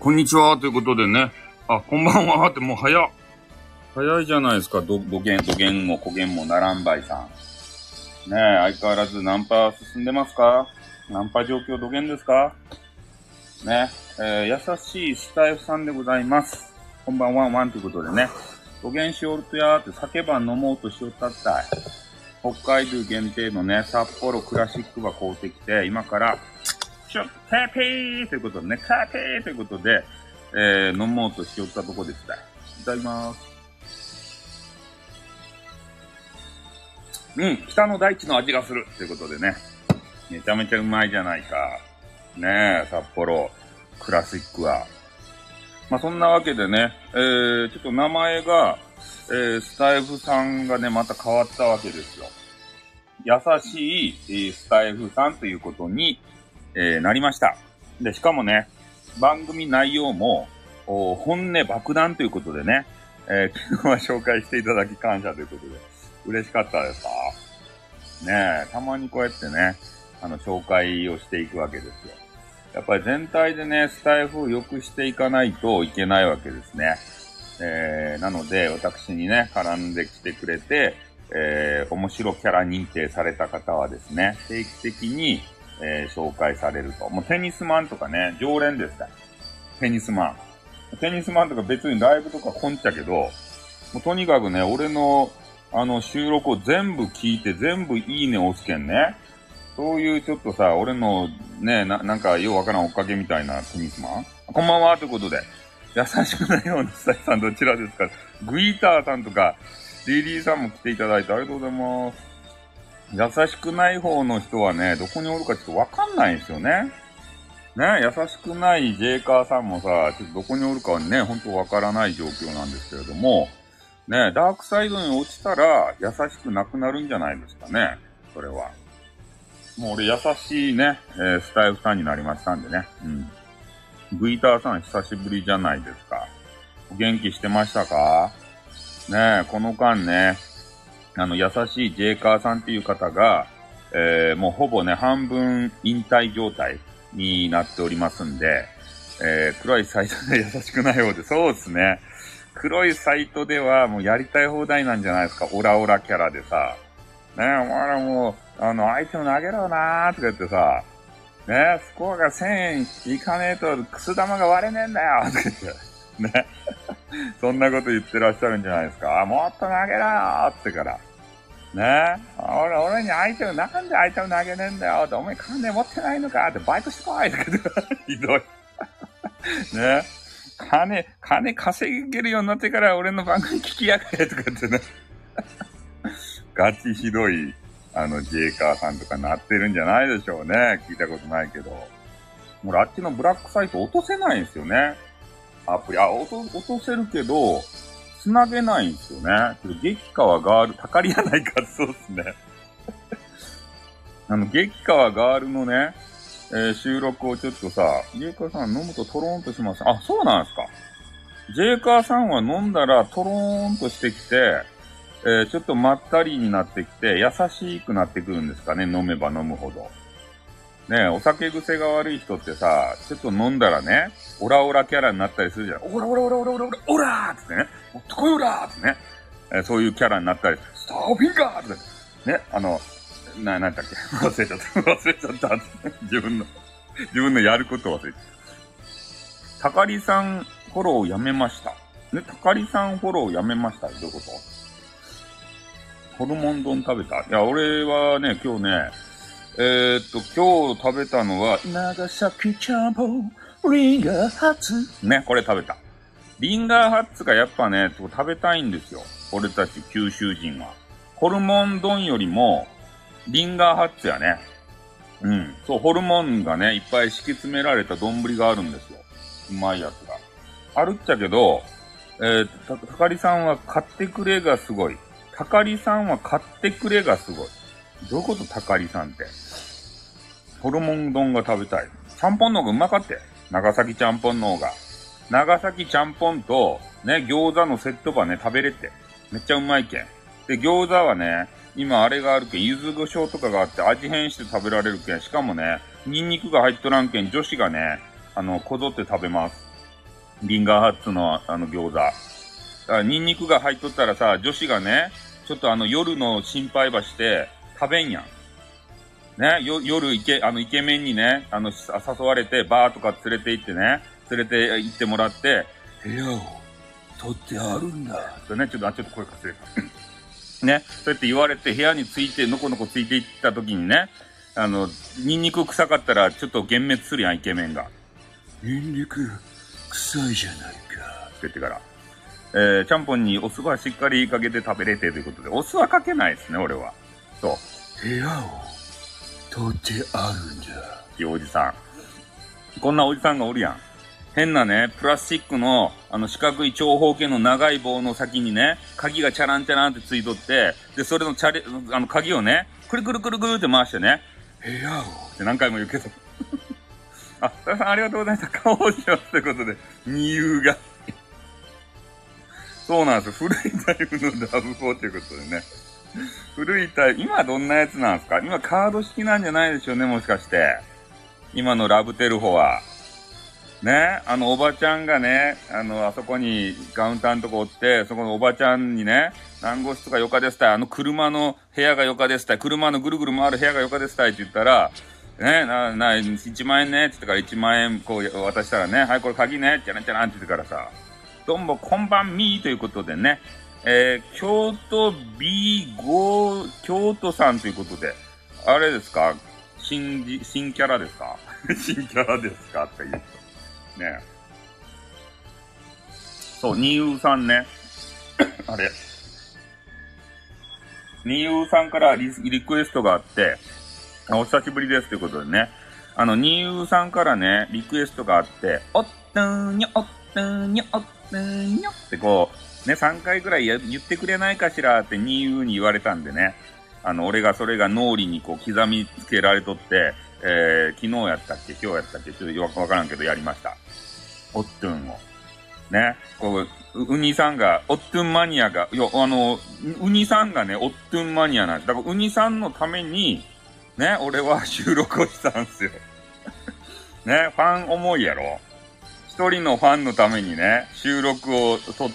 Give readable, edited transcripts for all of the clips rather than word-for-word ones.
こんにちは、ということでね。こんばんはってもう早いじゃないですか。土源も古源もならんばいさん。ねえ、相変わらずナンパ進んでますか？ナンパ状況土源ですか？ね、優しいスタイフさんでございます。こんばんは、ということでね。土源しおるとやーって酒ば飲もうとしよったったい。北海道限定のね、札幌クラシックば買うてきて、今から、カピーということでね、カピーということで、飲もうとしよったとこでした。いただきます。北の大地の味がするということでね、めちゃめちゃうまいじゃないか。ねえ、札幌クラシックは。そんなわけでね、ちょっと名前が、スタイフさんがね、また変わったわけですよ。優しい、スタイフさんということに、なりました。で、しかもね、番組内容も、本音爆弾ということでね、昨日は紹介していただき感謝ということで、嬉しかったですか？ねえ、たまにこうやってね、紹介をしていくわけですよ。やっぱり全体でね、スタイフを良くしていかないといけないわけですね。なので、私にね、絡んできてくれて、面白キャラ認定された方はですね、定期的に、紹介されると。もうテニスマンとかね、常連でした。テニスマンとか別にライブとかこんちゃけど、もうとにかくね、俺の、収録を全部聞いて全部いいね押すけんね。そういうちょっとさ、俺のね、なんかようわからん追っかけみたいなテニスマン？こんばんはということで、優しくないようなスタイさんどちらですか？グイーターさんとか、リリーさんも来ていただいてありがとうございます。優しくない方の人はね、どこにおるかちょっとわかんないんですよね。ね、優しくないジェイカーさんもさ、ちょっとどこにおるかはね、ほんとわからない状況なんですけれども、ね、ダークサイドに落ちたら優しくなくなるんじゃないですかね、それは。もう俺優しいね、スタイフさんになりましたんでね。グイターさん久しぶりじゃないですか。お元気してましたか？ねこの間ね、優しいジェイカーさんっていう方が、もうほぼね、半分引退状態になっておりますんで、黒いサイトで優しくない方で、そうですね。黒いサイトではもうやりたい放題なんじゃないですか。オラオラキャラでさ。ねお前らもう、アイテム投げろなーとか言ってさ、ねスコアが1000円いかねえと、くす玉が割れねえんだよとか言って。ね。そんなこと言ってらっしゃるんじゃないですか。もっと投げろよってから。ね俺になんでアイテム投げねえんだよって、お前金持ってないのかってバイトしてこいとか言って。ひどい。ね金稼げるようになってから俺の番組聞きやがれとか言ってね。ガチひどい、ジェイカーさんとかなってるんじゃないでしょうね。聞いたことないけど。もうあっちのブラックサイト落とせないんですよね。アプリ。落とせるけど、繋げないんですよね。激川ガール、たかりやないか、そうですね。激川ガールのね、収録をちょっとさ、ジェイカーさん飲むとトローンとします。あ、そうなんですか。ジェイカーさんは飲んだらトローンとしてきて、ちょっとまったりになってきて、優しくなってくるんですかね、飲めば飲むほど。ねお酒癖が悪い人ってさ、ちょっと飲んだらね、オラオラキャラになったりするじゃん。オラーってね、もっと来いオラーってね、そういうキャラになったり、スターフィンガーってね、なんだっけ、忘れちゃった自分のやることを忘れちゃった。たかりさんフォローやめました。ね、たかりさんフォローやめました。どういうこと？ホルモン丼食べた？いや、俺はね、今日ね、今日食べたのは、長崎ちゃんぽん、リンガーハッツ。ね、これ食べた。リンガーハッツがやっぱね、食べたいんですよ。俺たち九州人は。ホルモン丼よりも、リンガーハッツやね。そう、ホルモンがね、いっぱい敷き詰められた丼があるんですよ。うまいやつが。あるっちゃけど、たかりさんは買ってくれがすごい。たかりさんは買ってくれがすごい。どういうことたかりさんって。ホルモン丼が食べたい。ちゃんぽんの方がうまかって。長崎ちゃんぽんの方が。長崎ちゃんぽんと、ね、餃子のセットばね、食べれって。めっちゃうまいけん。で、餃子はね、今あれがあるけん、柚子胡椒とかがあって味変して食べられるけん。しかもね、ニンニクが入っとらんけん、女子がね、こぞって食べます。 リンガーハッツの餃子。だからニンニクが入っとったらさ、女子がね、ちょっと夜の心配ばして食べんやん。ね、夜イケメンにね、誘われて、バーとか連れて行ってね、連れて行ってもらって、部屋を取ってあるんだ。とね、ちょっと声かすれた。ね、そうやって言われて、部屋について、のこのこついて行った時にね、ニンニク臭かったら、ちょっと幻滅するやん、イケメンが。ニンニク臭いじゃないか。って言ってから。ちゃんぽんにお酢はしっかりかけて食べれてということで、お酢はかけないですね、俺は。そう。部屋を取ってあるんだ。っていうおじさん。こんなおじさんがおるやん。変なね、プラスチックの、四角い長方形の長い棒の先にね、鍵がチャランチャランってついとって、で、それの鍵をね、くるくるくるくるって回してね、部屋をって何回も言うけど。あ、多田さんありがとうございました。顔をしますということで、二遊が。そうなんですよ。古いタイプのラブ4ということでね。古いタイプ、今どんなやつなんですか？今カード式なんじゃないでしょうね、もしかして。今のラブテル4は。ね、おばちゃんがね、あそこにカウンターのとこおって、そこのおばちゃんにね、何号室かよかですたい、車の部屋がよかですたい、車のぐるぐる回る部屋がよかですたいって言ったら、ね、1万円ねって言ってから1万円こう渡したらね、はい、これ鍵ね、チャランチャランって言ってからさ、どうもこんばんみーということでね、京都 B5 京都さんということで、あれですか？新キャラですか？新キャラですかって言うと。ね。そう、ニーウーさんね。あれ。ニーウーさんからリクエストがあって、お久しぶりですということでね。ニーウーさんからね、リクエストがあって、おっとーにょ、おっとーにょ、おっとーにょってこう、ね、3回ぐらい言ってくれないかしらってニーウーに言われたんでね。俺がそれが脳裏にこう刻みつけられとって、昨日やったっけ今日やったっけちょっとわからんけどやりました。おっとんを。ね。こう、ウニさんが、おっとんマニアが、ウニさんがね、おっとんマニアなんです。だからウニさんのために、ね、俺は収録をしたんですよ。ね、ファン思いやろ。一人のファンのためにね、収録を撮って、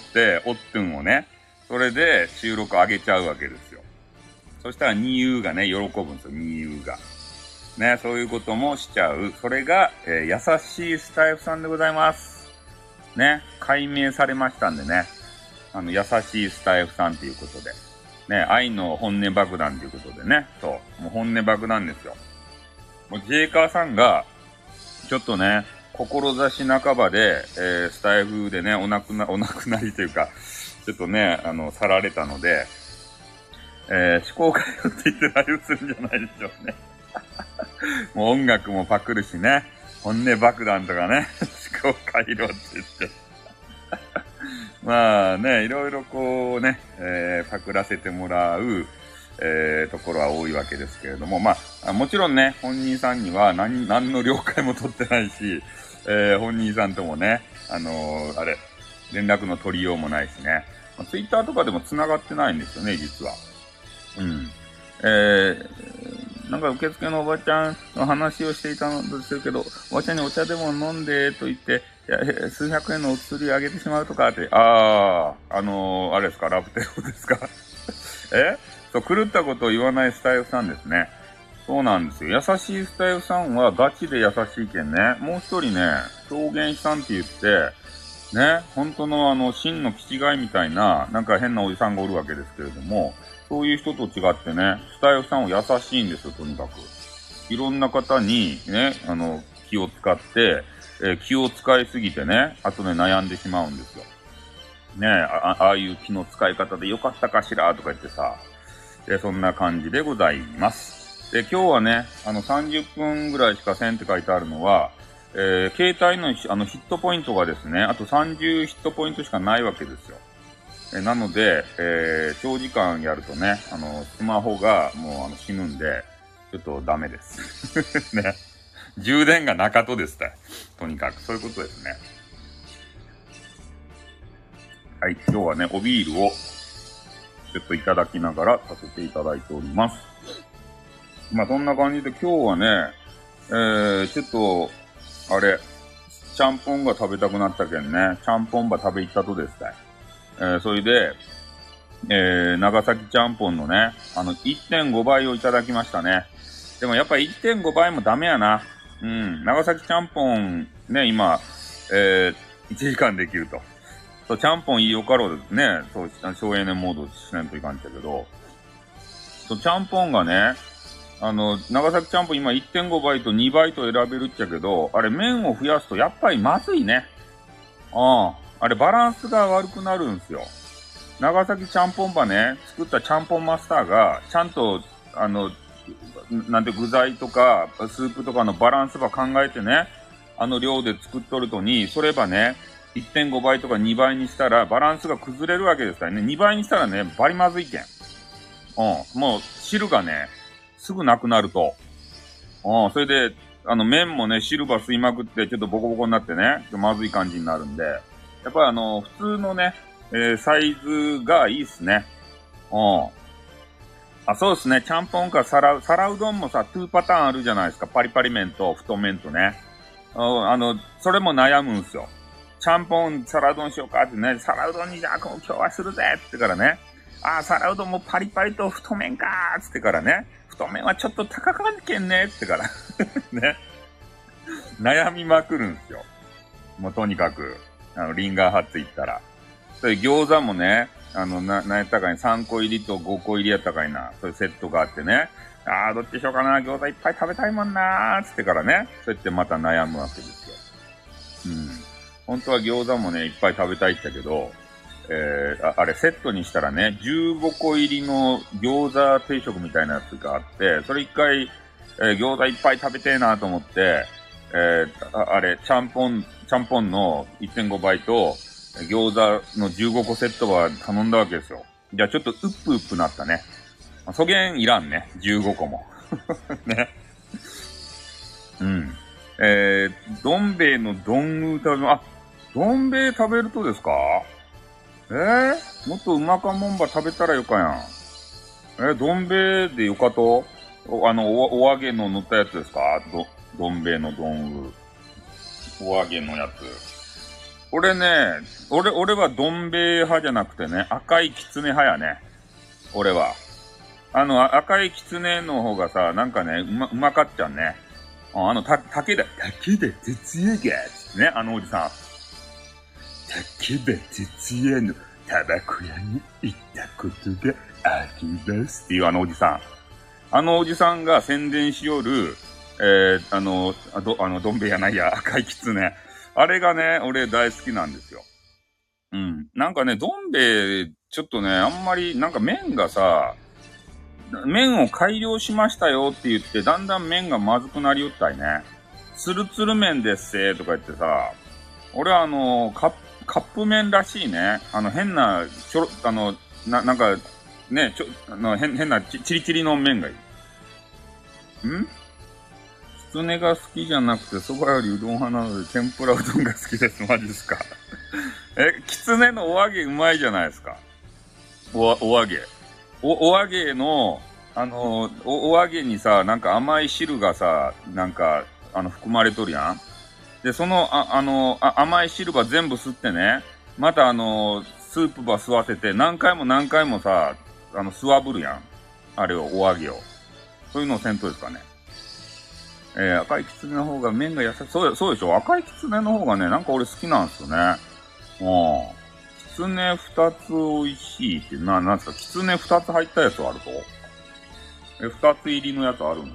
おっとんをね、それで収録上げちゃうわけですよ。そしたらニーウーがね、喜ぶんですよ、ニーウーが。ね、そういうこともしちゃう。それが、優しいスタイフさんでございます。ね、解明されましたんでね。優しいスタイフさんということで。ね、愛の本音爆弾ということでね。そう。もう本音爆弾ですよ。もうジェイカーさんが、ちょっとね、志半ばで、スタイフでね、お亡くなりというか、ちょっとね、去られたので、思考回路って言ってライブするんじゃないでしょうね。もう音楽もパクるしね。本音爆弾とかね。思考回路って言って。まあね、いろいろこうね、パクらせてもらう、ところは多いわけですけれども、まあ、もちろんね、本人さんには何の了解も取ってないし、本人さんともね、連絡の取りようもないしね。ツイッターとかでも繋がってないんですよね、実は。うん。なんか受付のおばちゃんの話をしていたのですけど、おばちゃんにお茶でも飲んでと言って、数百円のお釣りあげてしまうとかって、あれですか、ラブテロですかそう、狂ったことを言わないスタイフさんですね。そうなんですよ。優しいスタイフさんはガチで優しいけんね。もう一人ね、狂言師さんって言って、ね、本当の真の気違いみたいな、なんか変なおじさんがおるわけですけれども、そういう人と違ってね、スタイフさんは優しいんですよ、とにかく。いろんな方にね、気を使って、気を使いすぎてね、後で悩んでしまうんですよ。ね、ああいう気の使い方でよかったかしらとか言ってさ、そんな感じでございます。で、今日はね、30分ぐらいしかせんって書いてあるのは、携帯のヒットポイントがですね、あと30ヒットポイントしかないわけですよ。なので、長時間やるとね、スマホがもう死ぬんで、ちょっとダメです。ね。充電が中とですね。とにかく、そういうことですね。はい、今日はね、おビールを、ちょっといただきながらさせていただいております。まあ、そんな感じで今日はね、ちょっと、 ちゃんぽんが食べたくなったけんね、ちゃんぽんば食べ行ったとですたい。それで、長崎ちゃんぽんのね、1.5 倍をいただきましたね。でもやっぱり 1.5 倍もダメやな。うん。長崎ちゃんぽん、ね、今、1時間できると。そう、ちゃんぽんいいよかろうですね。そう、省エネモードしないといかんちゃけど。そう、ちゃんぽんがね、長崎ちゃんぽん今 1.5 倍と2倍と選べるっちゃけど、あれ麺を増やすとやっぱりまずいね。あれバランスが悪くなるんすよ。長崎ちゃんぽんばね、作ったちゃんぽんマスターが、ちゃんと、なんて具材とか、スープとかのバランスば考えてね、量で作っとるとに、そればね、1.5 倍とか2倍にしたらバランスが崩れるわけですからね。2倍にしたらね、バリまずいけん。もう汁がね、すぐなくなると。それで、麺もね、汁ば吸いまくって、ちょっとボコボコになってね、まずい感じになるんで、やっぱり普通のね、サイズがいいっすね。そうですね。ちゃんぽんか皿うどんもさ、2パターンあるじゃないですか。パリパリ麺と太麺とね。それも悩むんすよ。ちゃんぽん皿うどんしようかってね、皿うどんにじゃあ今日はするぜってからね。皿うどんもパリパリと太麺かーってからね。太麺はちょっと高かけんねってからね。悩みまくるんすよ。もうとにかく、リンガーハッツ行ったら。それ餃子もね、なんやったかに3個入りと5個入りやったかいな。そういうセットがあってね。どっちしようかな。餃子いっぱい食べたいもんなーつってからね。そうやってまた悩むわけですよ。本当は餃子もね、いっぱい食べたいんだけど、あれセットにしたらね、15個入りの餃子定食みたいなやつがあって、それ一回、餃子いっぱい食べてえなと思って、あれ、ちゃんぽんの 1.5 倍と、餃子の15個セットは頼んだわけですよ。じゃあちょっとうっぷうっぷなったね。そげんいらんね。15個も。ね。どん兵衛のどんう食べ、どん兵衛食べるとですか？もっとうまかもんば食べたらよかやん。どん兵衛でよかと？お揚げの乗ったやつですか？どん兵衛のどんう。お揚げのやつ。俺はどん兵衛派じゃなくてね、赤いきつね派やね。俺は。赤いきつねの方がさ、なんかね、うまかっちゃうね。竹田哲也が、つってね、おじさん。竹田哲也のタバコ屋に行ったことがありますっていうおじさん。おじさんが宣伝しよる、どん兵衛やないや、赤いきつね。あれがね、俺大好きなんですよ。なんかね、どん兵衛、ちょっとね、あんまり、なんか麺がさ、麺を改良しましたよって言って、だんだん麺がまずくなりよったいね。ツルツル麺ですせーとか言ってさ、俺はカップ麺らしいね。変な、なんか、ね、変なチリチリの麺がいい。きつねが好きじゃなくて、蕎麦よりうどん派なので、天ぷらうどんが好きです。マジですか。きつねのお揚げうまいじゃないですか。お揚げ。お揚げの、お揚げにさ、なんか甘い汁がさ、なんか、含まれとるやん。で、その、甘い汁ば全部吸ってね、またスープば吸わせて、何回もさ、吸わぶるやん。あれを、お揚げを。そういうのをせんとですかね。赤いきつねの方が麺が優しい。そうでしょ。赤いきつねの方がね、なんか俺好きなんですよね。きつね二つ美味しいって、なんですか、きつね二つ入ったやつあると？二つ入りのやつあるん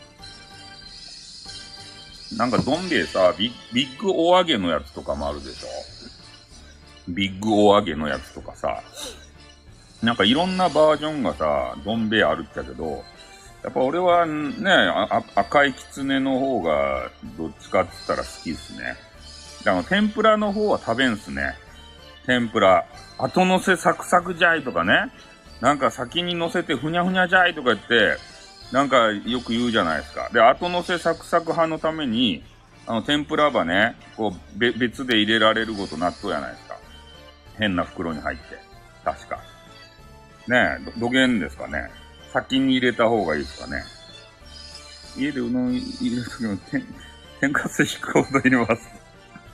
ですか？なんかどん兵衛さ、ビッグお揚げのやつとかもあるでしょ？ビッグお揚げのやつとかさ。なんかいろんなバージョンがさ、どん兵衛あるっちゃけど、やっぱ俺はね、赤いきつねの方がどっちかって言ったら好きですね。天ぷらの方は食べんすね。天ぷら。後乗せサクサクじゃいとかね。なんか先に乗せてふにゃふにゃじゃいとか言って、なんかよく言うじゃないですか。で、後乗せサクサク派のために、天ぷらばね、こう、別で入れられること納豆やないですか。変な袋に入って。確か。ねえ、どげんですかね。先に入れた方がいいですかね。家でうどん入れるときも天かす引くほど入れます。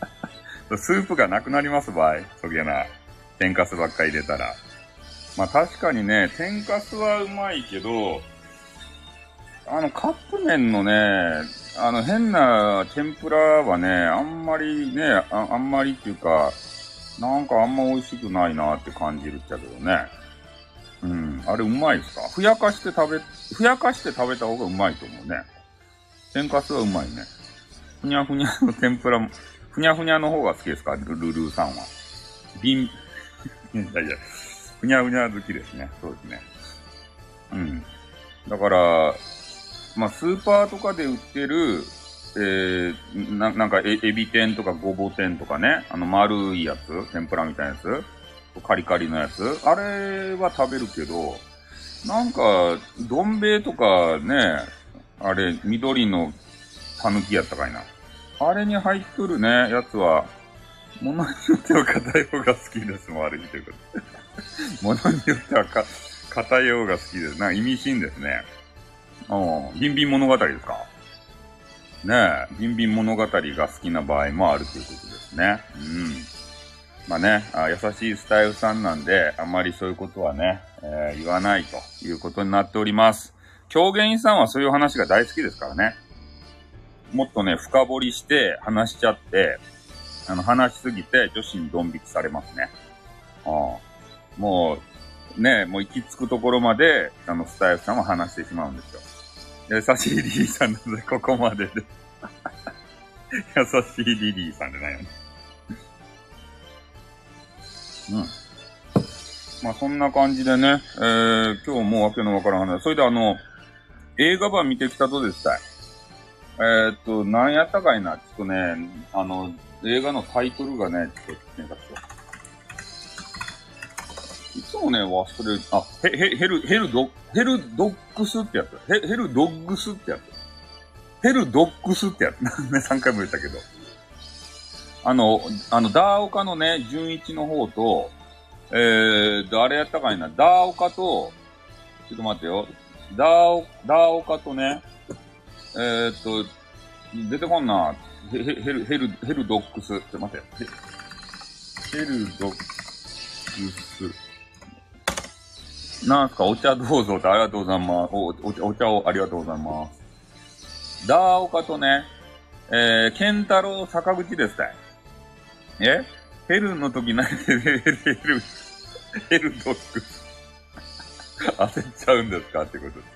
スープがなくなります場合、そげな。天かすばっかり入れたら。まあ確かにね、天かすはうまいけど、カップ麺のね、変な天ぷらはね、あんまりね、あんまりっていうか、なんかあんま美味しくないなって感じるっちゃけどね。うん。あれうまいですか？ふやかして食べた方がうまいと思うね。天かすはうまいね。ふにゃふにゃの天ぷらも、ふにゃふにゃの方が好きですか？ルルーさんは。いやいや、ふにゃふにゃ好きですね。そうですね。うん。だから、まあ、スーパーとかで売ってる、なんかエビ天とかごぼ天とかね、丸いやつ、天ぷらみたいなやつ、カリカリのやつ、あれは食べるけど、なんか、どん兵衛とかね、あれ、緑のたぬきやったかいな。あれに入っとるね、やつは、ものによっては硬い方が好きですもん、あれ見てくる。ものによっては硬い方が好きです。なんか意味深ですね。ビンビン物語ですか？ねえ、ビンビン物語が好きな場合もあるということですね。うん。まあね、優しいスタイルさんなんで、あんまりそういうことはね、言わないということになっております。狂言員さんはそういう話が大好きですからね。もっとね、深掘りして話しちゃって、話しすぎて女子にドン引きされますね。もう、ね、もう行き着くところまで、スタイルさんは話してしまうんですよ。優しいリリーさんなので、ここまでで。優しいリリーさんでないよね。うん。まあ、そんな感じでね、今日もわけのわからん話。それで映画版見てきたとですたい。何やったかいな。ちょっとね、映画のタイトルがね、ちょっとね、いつもね、忘れる。ヘルドッグスってやつ。ヘルドッグスってやつ。ヘルドッグスってやつ。ね、3回も言ったけど。ダーオカのね、純一の方と、あれやったかいな。ダーオカと、ちょっと待ってよ。ダーオカとね、出てこんな。ヘルドッグス。ちょっと待って。ヘルドッグス。なんすか、お茶どうぞってありがとうございます。お茶をありがとうございます。ダーオカとね、ケンタロウ坂口ですたい。ヘルの時何ヘルドッグス。焦っちゃうんですかってことです。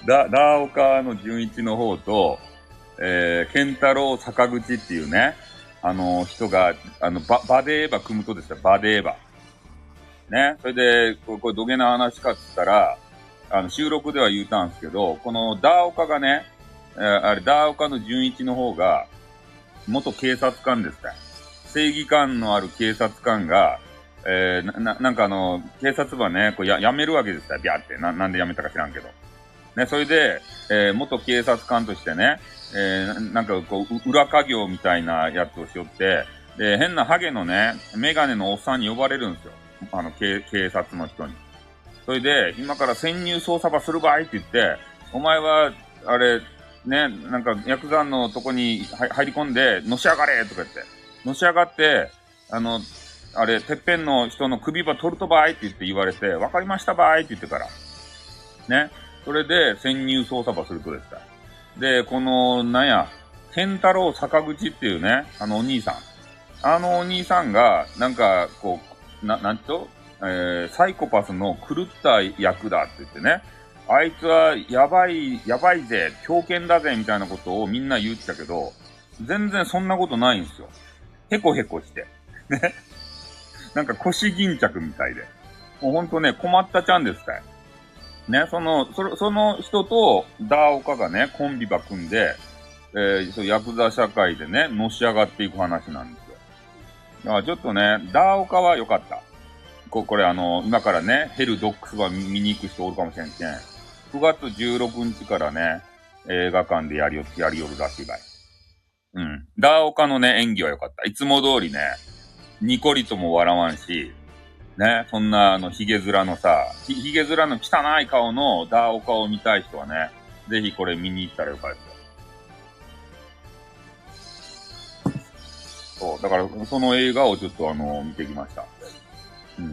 ダーオカの純一の方と、ケンタロウ坂口っていうね、人が、バデーバ組むとですよ、バデーバ。ね。それで、これどげな話かって言ったら、収録では言うたんですけど、このダーオカがね、ダーオカの純一の方が、元警察官ですか。正義感のある警察官が、なんか警察部はね、こう辞めるわけですから、ビャーって。なんで辞めたか知らんけど。ね、それで、元警察官としてね、なんかこう、裏稼業みたいなやつをしよって、で、変なハゲのね、メガネのおっさんに呼ばれるんですよ。警察の人に。それで、今から潜入捜査場するばいって言って、お前は、あれ、ね、なんか、ヤクザのとこに入り込んで、のし上がれとか言って。のし上がって、あれ、てっぺんの人の首ば取るとばいって言われて、わかりましたばいって言ってから。ね。それで、潜入捜査場するとですか。で、この、ケンタロウ坂口っていうね、お兄さん。お兄さんが、なんか、こう、なんと、サイコパスの狂った役だって言ってね、あいつはやばいぜ、狂犬だぜ、みたいなことをみんな言ってたけど、全然そんなことないんですよ。へこへこして。ね。なんか腰巾着みたいで。もうほんとね、困ったちゃんですかい。ね、その人とダーオカがね、コンビば組んで、そうヤクザ社会でね、のし上がっていく話なんですよ。だからちょっとね、ダーオカは良かった。これ今からね、ヘルドックスは見に行く人おるかもしれんけん。9月16日からね、映画館でやりよるらしいばい。うん。ダーオカのね、演技は良かった。いつも通りね、ニコリとも笑わんし、ね、そんなヒゲ面のさ、ヒゲ面の汚い顔のダーオカを見たい人はね、ぜひこれ見に行ったらよかったですよ。 そう、だからその映画をちょっと見てきました。うん。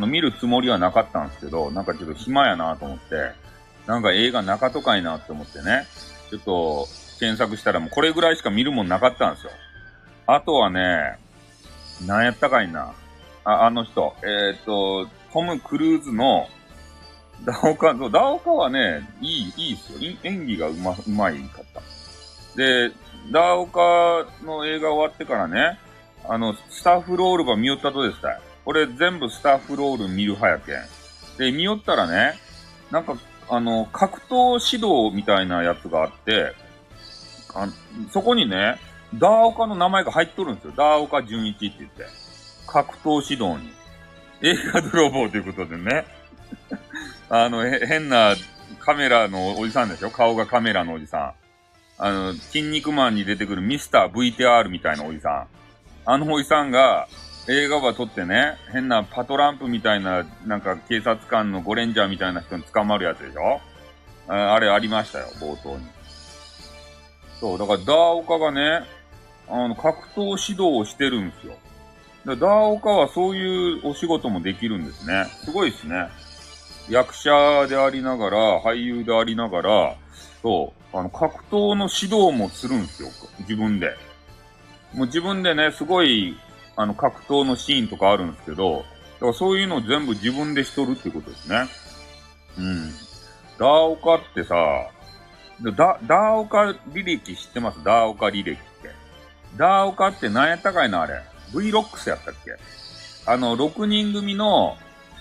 見るつもりはなかったんですけど、なんかちょっと暇やなと思って、なんか映画中とかいなって思ってね、ちょっと検索したらもうこれぐらいしか見るもんなかったんですよ。あとはね、なんやったかいな。あの人、トム・クルーズの、ダオカはね、いいっすよ。演技がうまいかった。で、ダオカの映画終わってからね、スタッフロールば見よったとですたい。俺全部スタッフロール見る派やけん。で、見よったらね、なんか、格闘指導みたいなやつがあって、そこにね、ダーオカの名前が入っとるんですよ。ダーオカ純一って言って。格闘指導に。映画泥棒ということでね。変なカメラのおじさんでしょ？顔がカメラのおじさん。筋肉マンに出てくるミスター VTR みたいなおじさん。あのおじさんが映画ば撮ってね、変なパトランプみたいな、なんか警察官のゴレンジャーみたいな人に捕まるやつでしょ？あれありましたよ、冒頭に。そう、だからダーオカがね、格闘指導をしてるんですよ。ダーオカはそういうお仕事もできるんですね。すごいですね。役者でありながら、俳優でありながら、そう、格闘の指導もするんですよ。自分で。もう自分でね、すごい、格闘のシーンとかあるんですけど、だからそういうのを全部自分でしとるっていうことですね。うん。ダーオカってさ、ダーオカ履歴知ってます？ダーオカ履歴って。ダーオカって何やったかいなあれ。V-ROX やったっけ？6人組の、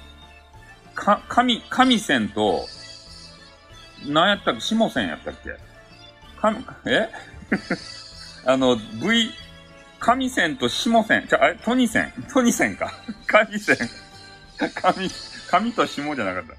神線と、何やったっけ？下線やったっけ？神線と下線。トニ線か。神線。神と下じゃなかった。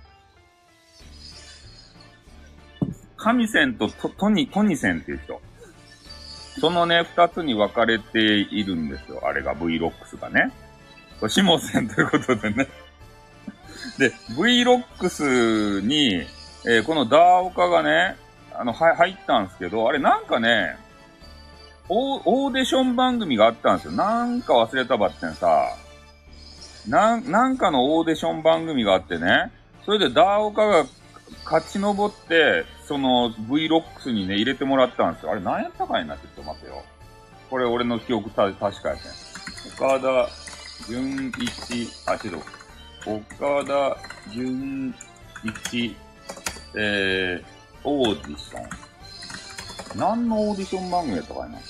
神線とトニ線っていう人。そのね、二つに分かれているんですよ。あれが V-ROX がね。下線ということでね。で、V-ROX に、このダーオカがね、入ったんですけど、あれなんかね、オーディション番組があったんですよ。なんか忘れたばってんさ、なんかのオーディション番組があってね、それでダーオカが勝ち上って、その V-ROX にね、入れてもらったんですよ。あれ何やったかいな、ちょっと待ってよ。これ俺の記憶確かやね。岡田純一、岡田純一、オーディション。何のオーディション番組やったかいな。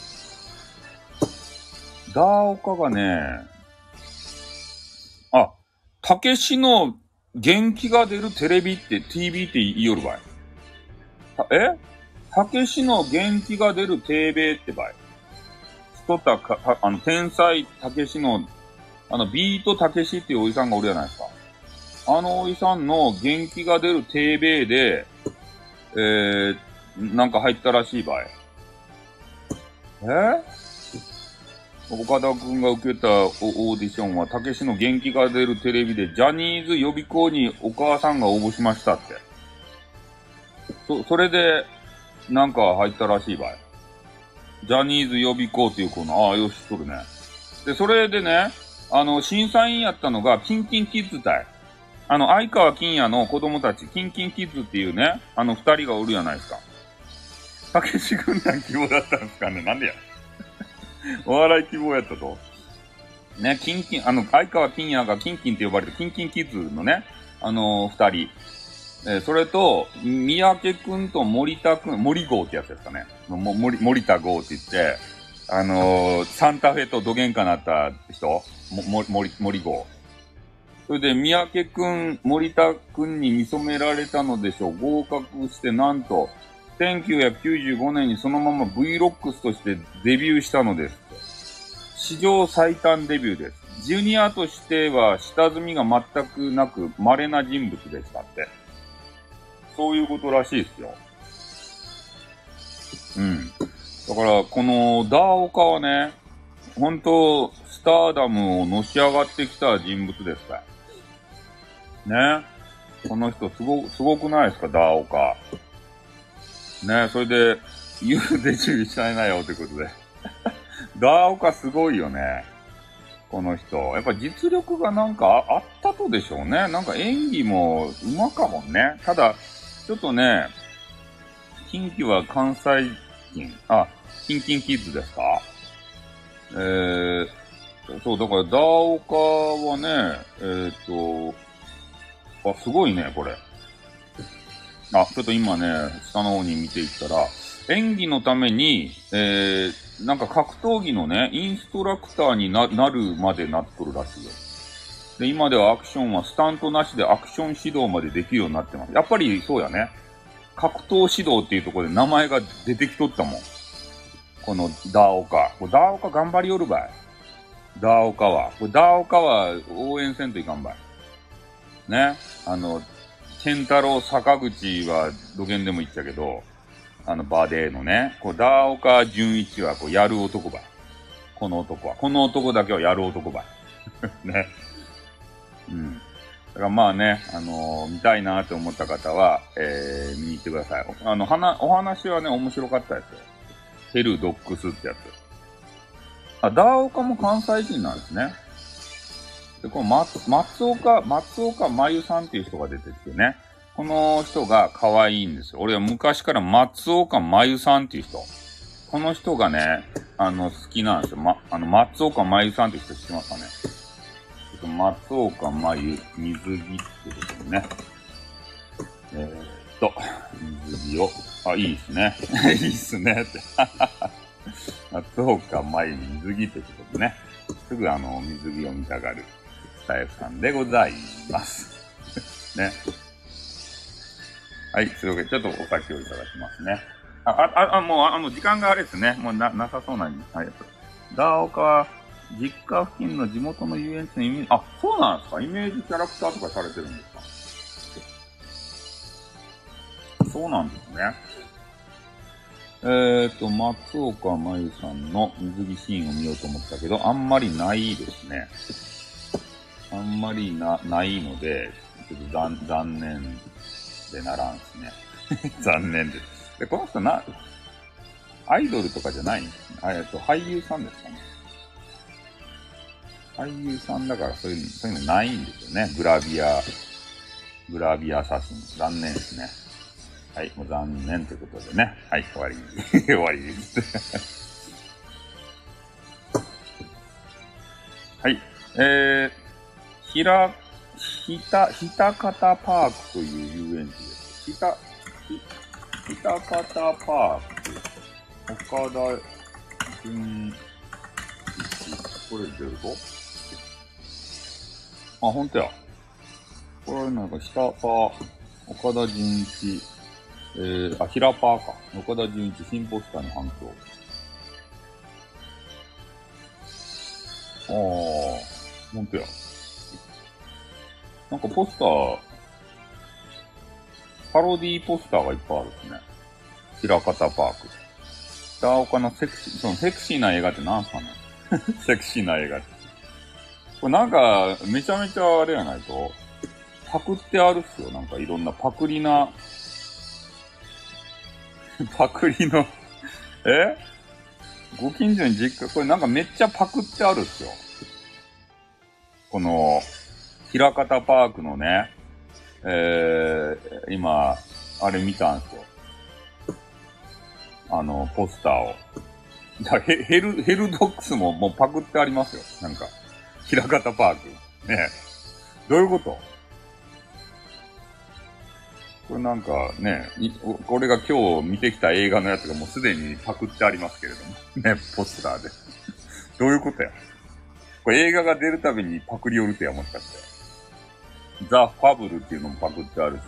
ダーオカがね、たけしの元気が出るテレビって TV って言いよるばい。たけしの元気が出る TV ってばい。天才たけしの、ビートたけしっていうおじさんがおるじゃないですか。あのおじさんの元気が出る TV で、なんか入ったらしいばい。岡田くんが受けたオーディションは、たけしの元気が出るテレビで、ジャニーズ予備校にお母さんが応募しましたって。それで、なんか入ったらしいばい。ジャニーズ予備校っていうコーナー、よし、知っとるね。で、それでね、審査員やったのが、キンキンキッズ隊。相川金也の子供たち、キンキンキッズっていうね、二人がおるじゃないですか。たけし軍団希望だったんですかね、なんでや。お笑い希望やったと。ね、相川金也がキンキンって呼ばれて、キンキンキッズのね、二人。それと、三宅くんと森田くん、森号ってやつですかね。森田号って言って、サンタフェとどげんかなった人、森号。それで、三宅くん、森田くんに見初められたのでしょう。合格して、なんと、1995年にそのまま V-ROX としてデビューしたのです。史上最短デビューです。ジュニアとしては下積みが全くなく稀な人物でしたって。そういうことらしいですよ。うん。だから、このダーオカはね、本当スターダムをのし上がってきた人物ですから。ね。この人すごくないですか、ダーオカ。ね、それで、言うで注意しちゃいなよってことで。 ダーオカすごいよね。この人。やっぱ実力がなんかあったとでしょうね。なんか演技もうまかもんね。ただ、ちょっとね、近畿は関西人、キンキンキッズですか？そう、だからダーオカはね、すごいね、これ。ちょっと今ね、下の方に見ていったら、演技のために、なんか格闘技のね、インストラクターになるまでなっとるらしいよ。で、今ではアクションはスタントなしでアクション指導までできるようになってます。やっぱりそうやね。格闘指導っていうところで名前が出てきとったもん。このダーオカ。ダーオカ頑張りよるばい。ダーオカは。ダーオカは応援せんといかんばい。ね。ケンタロウ坂口は土下でも言っちゃけど、バデーのね、ダーオカ純一はやる男ばい。この男だけはやる男ばい。ね。うん。だからまあね、見たいなと思った方は、見に行ってください。お話はね、面白かったですよ。ヘルドックスってやつ。ダーオカも関西人なんですね。で、この松岡真由さんっていう人が出てきてね。この人が可愛いんですよ。俺は昔から松岡真由さんっていう人。この人がね、好きなんですよ。松岡真由さんっていう人知ってますかね。松岡真由、水着ってことでね。水着を、いいっすね。いいっすねって。松岡真由水着ってことでね。すぐ水着を見たがるスタイフさんでございます。ね。はい、というわけで、ちょっとお酒をいただきますね。もう、時間があれですね。もうなさそうな、ダーオカは、実家付近の地元の遊園地のイメージ、そうなんですか？イメージキャラクターとかされてるんですか？そうなんですね。松岡真由さんの水着シーンを見ようと思ったけど、あんまりないですね。あんまりないので、ちょっと残念でならんですね。残念です。で、この人アイドルとかじゃないんですね。俳優さんですかね。俳優さんだからそういうのないんですよね。グラビア写真。残念ですね。はい、もう残念ということでね。はい、終わり。終わりです。はい、ひたかたパークという遊園地です。ひたかたパーク。岡田純一。これ出るとほんとや。これなんか岡田純一。ヒラパーか。岡田純一新ポスターに反響。ほんとや。なんかポスター、パロディーポスターがいっぱいあるですね。ひらかたパーク。ダーオカのセクシーな映画って何すかね？セクシーな映画って。これなんか、めちゃめちゃあれやないと、パクってあるっすよ。なんかいろんなパクリの、ご近所に実家、これなんかめっちゃパクってあるっすよ。この、ひらかたパークのね、今、あれ見たんですよ。ポスターを。ヘルドックスももうパクってありますよ。なんか、ひらかたパーク。ね。どういうこと？これなんかね、これが今日見てきた映画のやつがもうすでにパクってありますけれども。ね、ポスターで。どういうことや？これ映画が出るたびにパクリ寄るてやもしかして。ザ・ファブルっていうのもパクってあるし、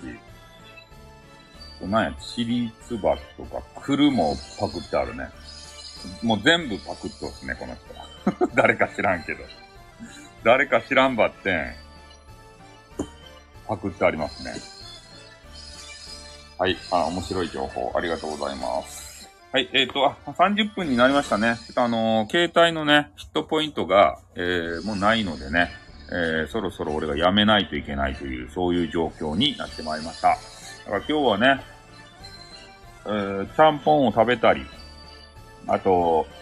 なんや、チリツバとか、クルもパクってあるね。もう全部パクってますね、この人。誰か知らんけど。誰か知らんばってん、パクってありますね。はい、面白い情報、ありがとうございます。はい、30分になりましたね。携帯のね、ヒットポイントが、もうないのでね、そろそろ俺がやめないといけないという、そういう状況になってまいりました。だから今日はね、ちゃんぽんを食べたり、あと、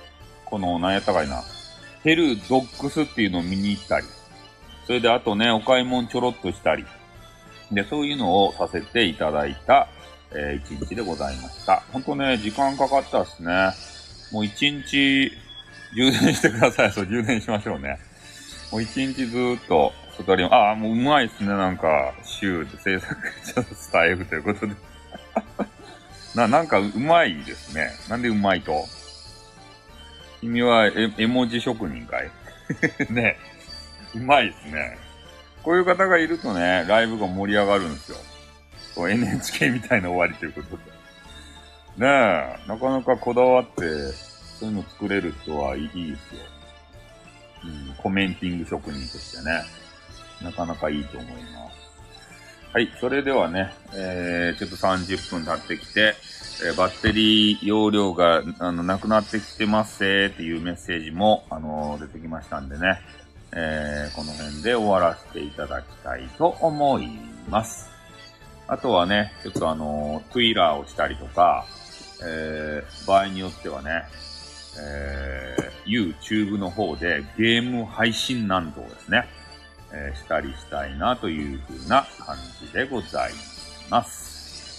この、なんやったかいな。ヘルドッグスっていうのを見に行ったり。それであとね、お買い物ちょろっとしたり。で、そういうのをさせていただいた、一日でございました。ほんとね、時間かかったっすね。もう一日、充電してください。そう、充電しましょうね。もう一日ずーっと、外に、もううまいっすね、なんか、週で制作者スタイルということで。なんかうまいですね。なんでうまいと？君は絵文字職人かい？ね。うまいですね。こういう方がいるとね、ライブが盛り上がるんですよ。こう NHK みたいな終わりということで。ねえ、なかなかこだわって、そういうの作れる人はいいですよ。コメンティング職人としてね。なかなかいいと思います。はい、それではね、ちょっと30分経ってきて、バッテリー容量が、なくなってきてますっていうメッセージも、出てきましたんでね、この辺で終わらせていただきたいと思います。あとはね、ちょっとトゥイラーをしたりとか、場合によってはね、YouTube の方でゲーム配信なんぞをですね、したりしたいなという風な感じでございます。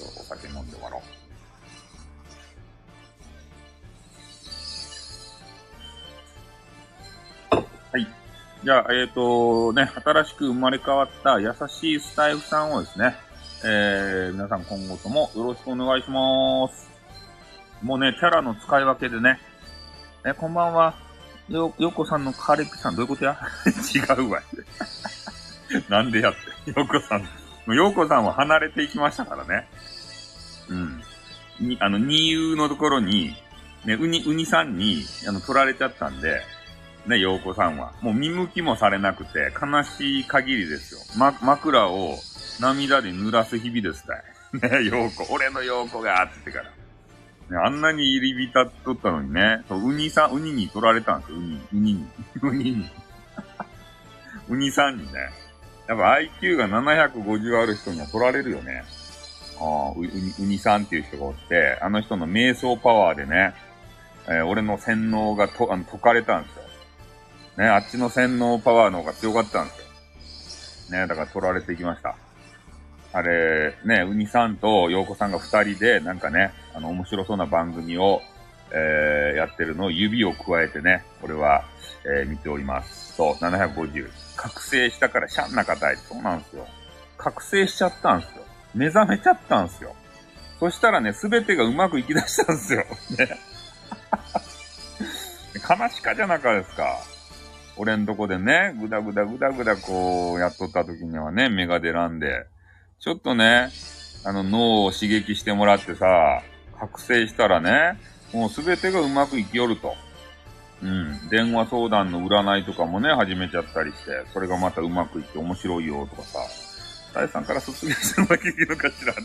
お酒飲んで終わろう。はい。じゃあ、新しく生まれ変わった優しいスタイフさんをですね、皆さん今後ともよろしくお願いします。もうね、キャラの使い分けでね、こんばんは。よこさんのカレピさんどういうことや？違うわ。なんでやって。よこさんは離れていきましたからね。二遊のところに、ね、ウニさんに、取られちゃったんで、ね、よこさんは。もう見向きもされなくて、悲しい限りですよ。枕を涙で濡らす日々ですたい。ね、よこ、俺のよこが、って言ってから。ね、あんなに入り浸っとったのにね、ウニに取られたんですよ、ウニに。ウニさんにね。やっぱ IQ が750ある人には取られるよね。ウニさんっていう人がおって、あの人の瞑想パワーでね、俺の洗脳が解かれたんですよ。ね、あっちの洗脳パワーの方が強かったんですよ。ね、だから取られていきました。あれ、ね、ウニさんとヨーコさんが二人で、なんかね、面白そうな番組を、やってるのを指を加えてね、俺は、見ております。そう、750。覚醒したからシャンな方へ。そうなんですよ。覚醒しちゃったんですよ。目覚めちゃったんですよ。そしたらね、すべてがうまくいき出したんですよ。ね。悲しかじゃなかですか。俺んとこでね、ぐだぐだこう、やっとった時にはね、目が出らんで、ちょっとね、脳を刺激してもらってさ、覚醒したらね、もうすべてがうまくいきよると。電話相談の占いとかもね、始めちゃったりして、それがまたうまくいって面白いよとかさ、大さんから卒業してもらえるのかしらって。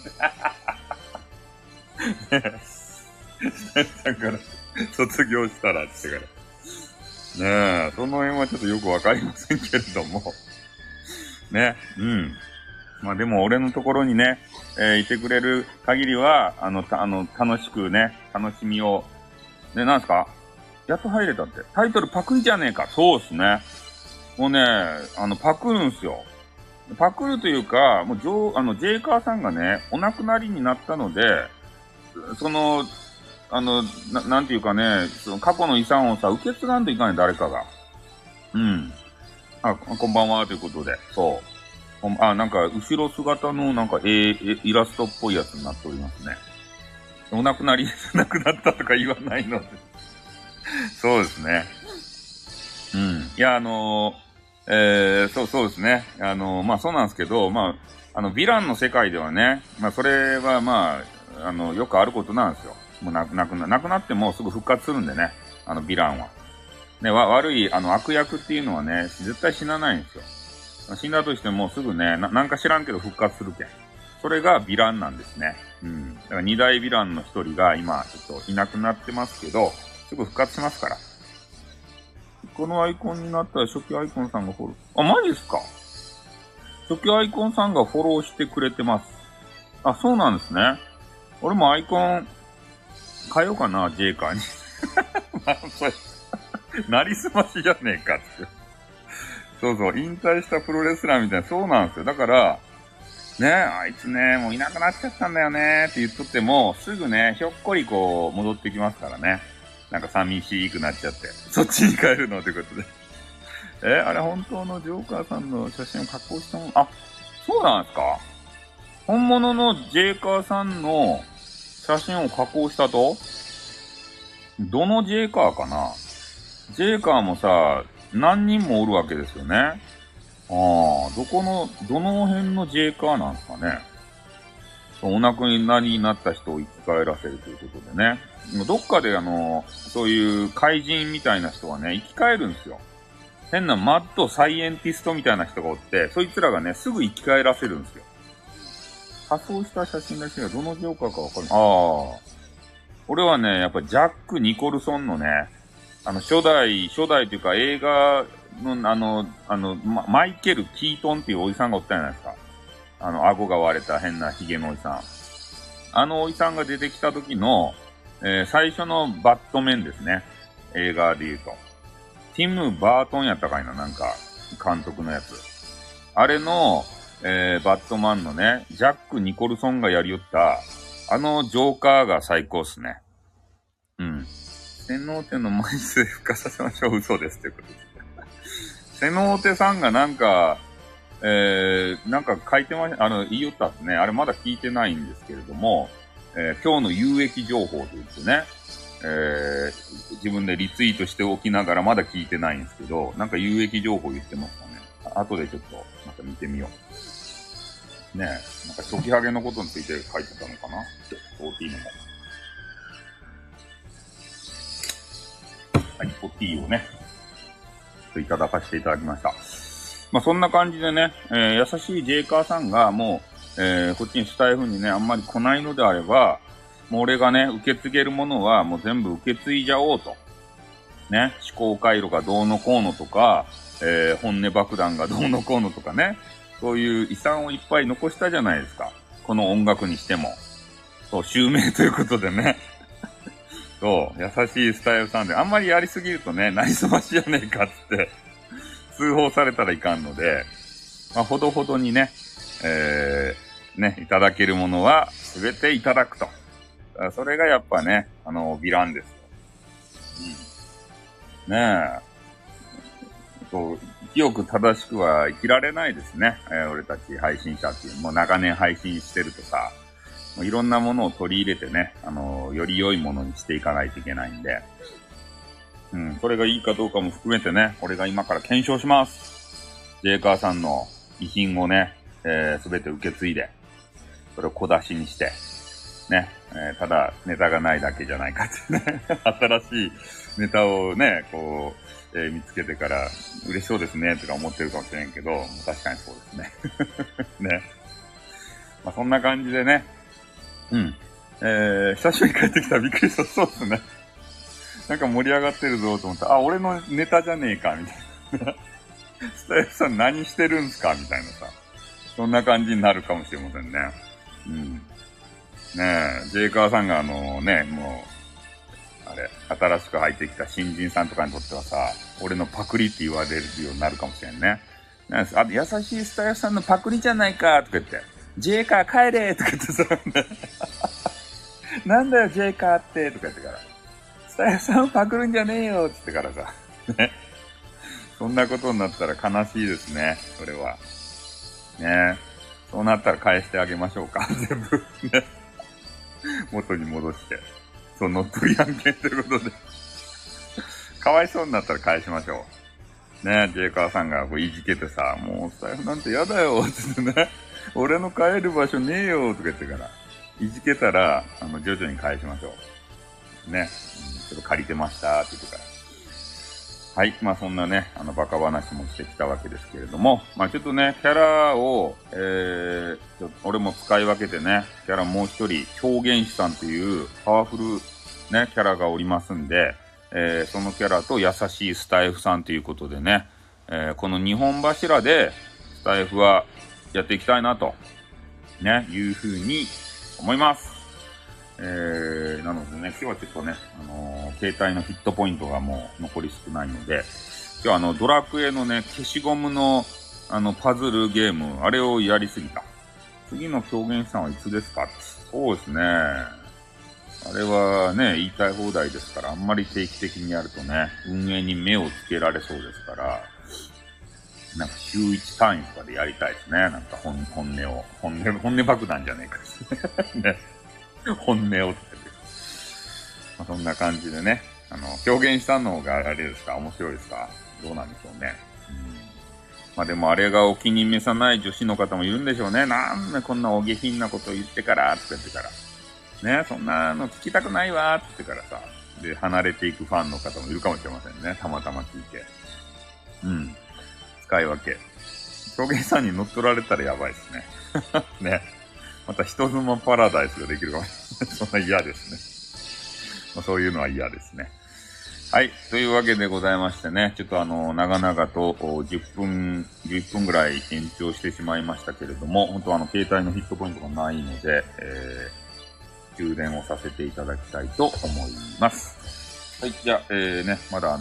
ね大さんから卒業したらってから。ねえ、その辺はちょっとよくわかりませんけれども。ね、まあでも俺のところにね、いてくれる限りは、楽しくね、楽しみを、ね、なんすか？やっと入れたって。タイトルパクリじゃねえか。そうっすね。もうね、パクるんすよ。パクるというか、もうジェイカーさんがね、お亡くなりになったので、なんていうかね、その過去の遺産をさ、受け継がんといかんね、誰かが。こんばんは、ということで。そう。なんか、後ろ姿の、なんか、イラストっぽいやつになっておりますね。お亡くなったとか言わないので。そうですね。いや、そうですね。まあ、そうなんですけど、まあ、ヴィランの世界ではね、まあ、それはまあ、よくあることなんですよ。もうなくなってもすぐ復活するんでね、ヴィランは。ね、悪い、悪役っていうのはね、絶対死なないんですよ。死んだとしてもすぐね、なんか知らんけど復活するけん。それがヴィランなんですね。だから二大ヴィランの一人が今、ちょっといなくなってますけど、すぐ復活しますから。このアイコンになったら初期アイコンさんがフォロー。マジですか？初期アイコンさんがフォローしてくれてます。そうなんですね。俺もアイコン変えようかな、ジェイカーに。まあ、 なりすましじゃねえかって。そうそう、引退したプロレスラーみたいな、そうなんですよ。だから、ね、あいつね、もういなくなっちゃったんだよねって言っとっても、すぐね、ひょっこりこう、戻ってきますからね。なんか寂しくなっちゃって。そっちに帰るのってことで。あれ本当のジョーカーさんの写真を加工したもの、あ、そうなんですか？本物のジェイカーさんの写真を加工したと？どのジェイカーかな？ジェイカーもさ、何人もおるわけですよね。ああ、どの辺のジェイカーなんですかね。お亡くなりになった人を生き返らせるということでね。どっかでそういう怪人みたいな人はね、生き返るんですよ。変なマッドサイエンティストみたいな人がおって、そいつらがね、すぐ生き返らせるんですよ。仮装した写真らしいが、どのジョーカーかわかる。ああ。俺はね、やっぱジャック・ニコルソンのね、初代というか映画のマイケル・キートンっていうおじさんがおったじゃないですか。顎が割れた変なヒゲのおじさん。おじさんが出てきた時の、最初のバットメンですね。映画で言うと。ティム・バートンやったかいな、なんか、監督のやつ。あれの、バットマンのね、ジャック・ニコルソンがやりよった、ジョーカーが最高っすね。うん。セノーテの枚数復活させましょう。嘘ですということです。セノーテさんがなんか書いてました、言いよったっすね。あれまだ聞いてないんですけれども、今日の有益情報と言ってね、自分でリツイートしておきながらまだ聞いてないんですけど、なんか有益情報言ってましたね。後でちょっと、また見てみよう。ねえ、なんか初期ハゲのことについて書いてたのかな？ OT のも。はい、OT をね、いただかせていただきました。まあ、そんな感じでね、優しいジェイカーさんがもう、こっちにスタイフにね、あんまり来ないのであれば、もう俺がね、受け継げるものはもう全部受け継いじゃおうと。ね、思考回路がどうのこうのとか、本音爆弾がどうのこうのとかね、そういう遺産をいっぱい残したじゃないですか。この音楽にしても。そう、襲名ということでね。そう、優しいスタイルさんで、あんまりやりすぎるとね、なりすましじゃねえかっつって、通報されたらいかんので、まあ、ほどほどにね、ね、いただけるものは全ていただくと。それがやっぱね、ヴィランですよ。うん。ねえ。そう、清く正しくは生きられないですね。俺たち配信者っていう、もう長年配信してるとさ、もういろんなものを取り入れてね、より良いものにしていかないといけないんで、うん、それがいいかどうかも含めてね、俺が今から検証します。ジェイカーさんの遺品をね、すべて受け継いで、それを小出しにして、ね、ただネタがないだけじゃないかってね、新しいネタをね、こう、見つけてから嬉しそうですね、とか思ってるかもしれんけど、確かにそうですね。ね。まあ、そんな感じでね、うん。久しぶりに帰ってきたらびっくりした。そうですね。なんか盛り上がってるぞと思った。あ、俺のネタじゃねえか、みたいな。スタイフさん何してるんすかみたいなさ。そんな感じになるかもしれませんね。うん。ねえ、ジェイカーさんがね、もう、あれ、新しく入ってきた新人さんとかにとってはさ、俺のパクリって言われるようになるかもしれんね。なんです、優しいスタイフさんのパクリじゃないか、とか言って。ジェイカー帰れとか言ってさ、なんだよ、ジェイカーって、とか言ってから。スタイフさんパクるんじゃねえよ、つってからさ。ね。そんなことになったら悲しいですね、それは。ね。そうなったら返してあげましょうか、全部。ね。元に戻して。その取り案件ということで。かわいそうになったら返しましょう。ね、ジェイカーさんがこういじけてさ、もうスタイフなんてやだよ、つってね。俺の帰る場所ねえよ、とか言ってから。いじけたら、徐々に返しましょう。ね。ちょっと借りてました、って言ってから。はい。まあそんなね、バカ話もしてきたわけですけれども、まあちょっとね、キャラを、俺も使い分けてね、キャラもう一人、表現師さんというパワフルね、キャラがおりますんで、そのキャラと優しいスタイフさんということでね、この2本柱で、スタイフはやっていきたいなと、ね、いうふうに思います。 なのでね、今日はちょっとね、携帯のヒットポイントがもう残り少ないので、今日はドラクエのね、消しゴムの、パズルゲーム、あれをやりすぎた。次の狂言さんはいつですか？そうですね。あれはね、言いたい放題ですから、あんまり定期的にやるとね、運営に目をつけられそうですから、なんか週1単位とかでやりたいですね。なんか本音爆弾じゃねえか。ね。本音をって、まあ、そんな感じでね、表現したのがあれですか、面白いですか、どうなんでしょうね。まあでもあれがお気に召さない女子の方もいるんでしょうね。なんでこんなお下品なこと言ってからって言ってから。ね、そんなの聞きたくないわって言ってからさ。で、離れていくファンの方もいるかもしれませんね。たまたま聞いて。使い分け。表現さんに乗っ取られたらやばいですね。ね。また人妻パラダイスができるかもしれない。そんな嫌ですね。まあ、そういうのは嫌ですね。はい。というわけでございましてね、ちょっと長々と11分ぐらい延長してしまいましたけれども、本当携帯のヒットポイントがないので、充電をさせていただきたいと思います。はい。じゃあ、ね、まだ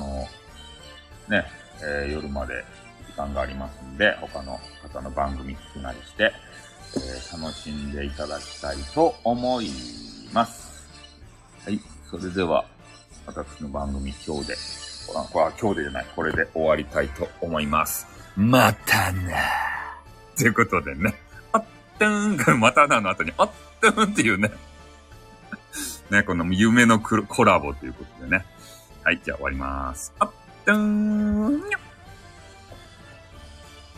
夜まで時間がありますんで、他の方の番組聞くなりして、楽しんでいただきたいと思います。はい。それでは、私の番組今日でじゃない、これで終わりたいと思います。またなということでね、あったーん、またなの後に、あったーんっていうね、ね、この夢のコラボということでね。はい、じゃあ終わります。あったーん。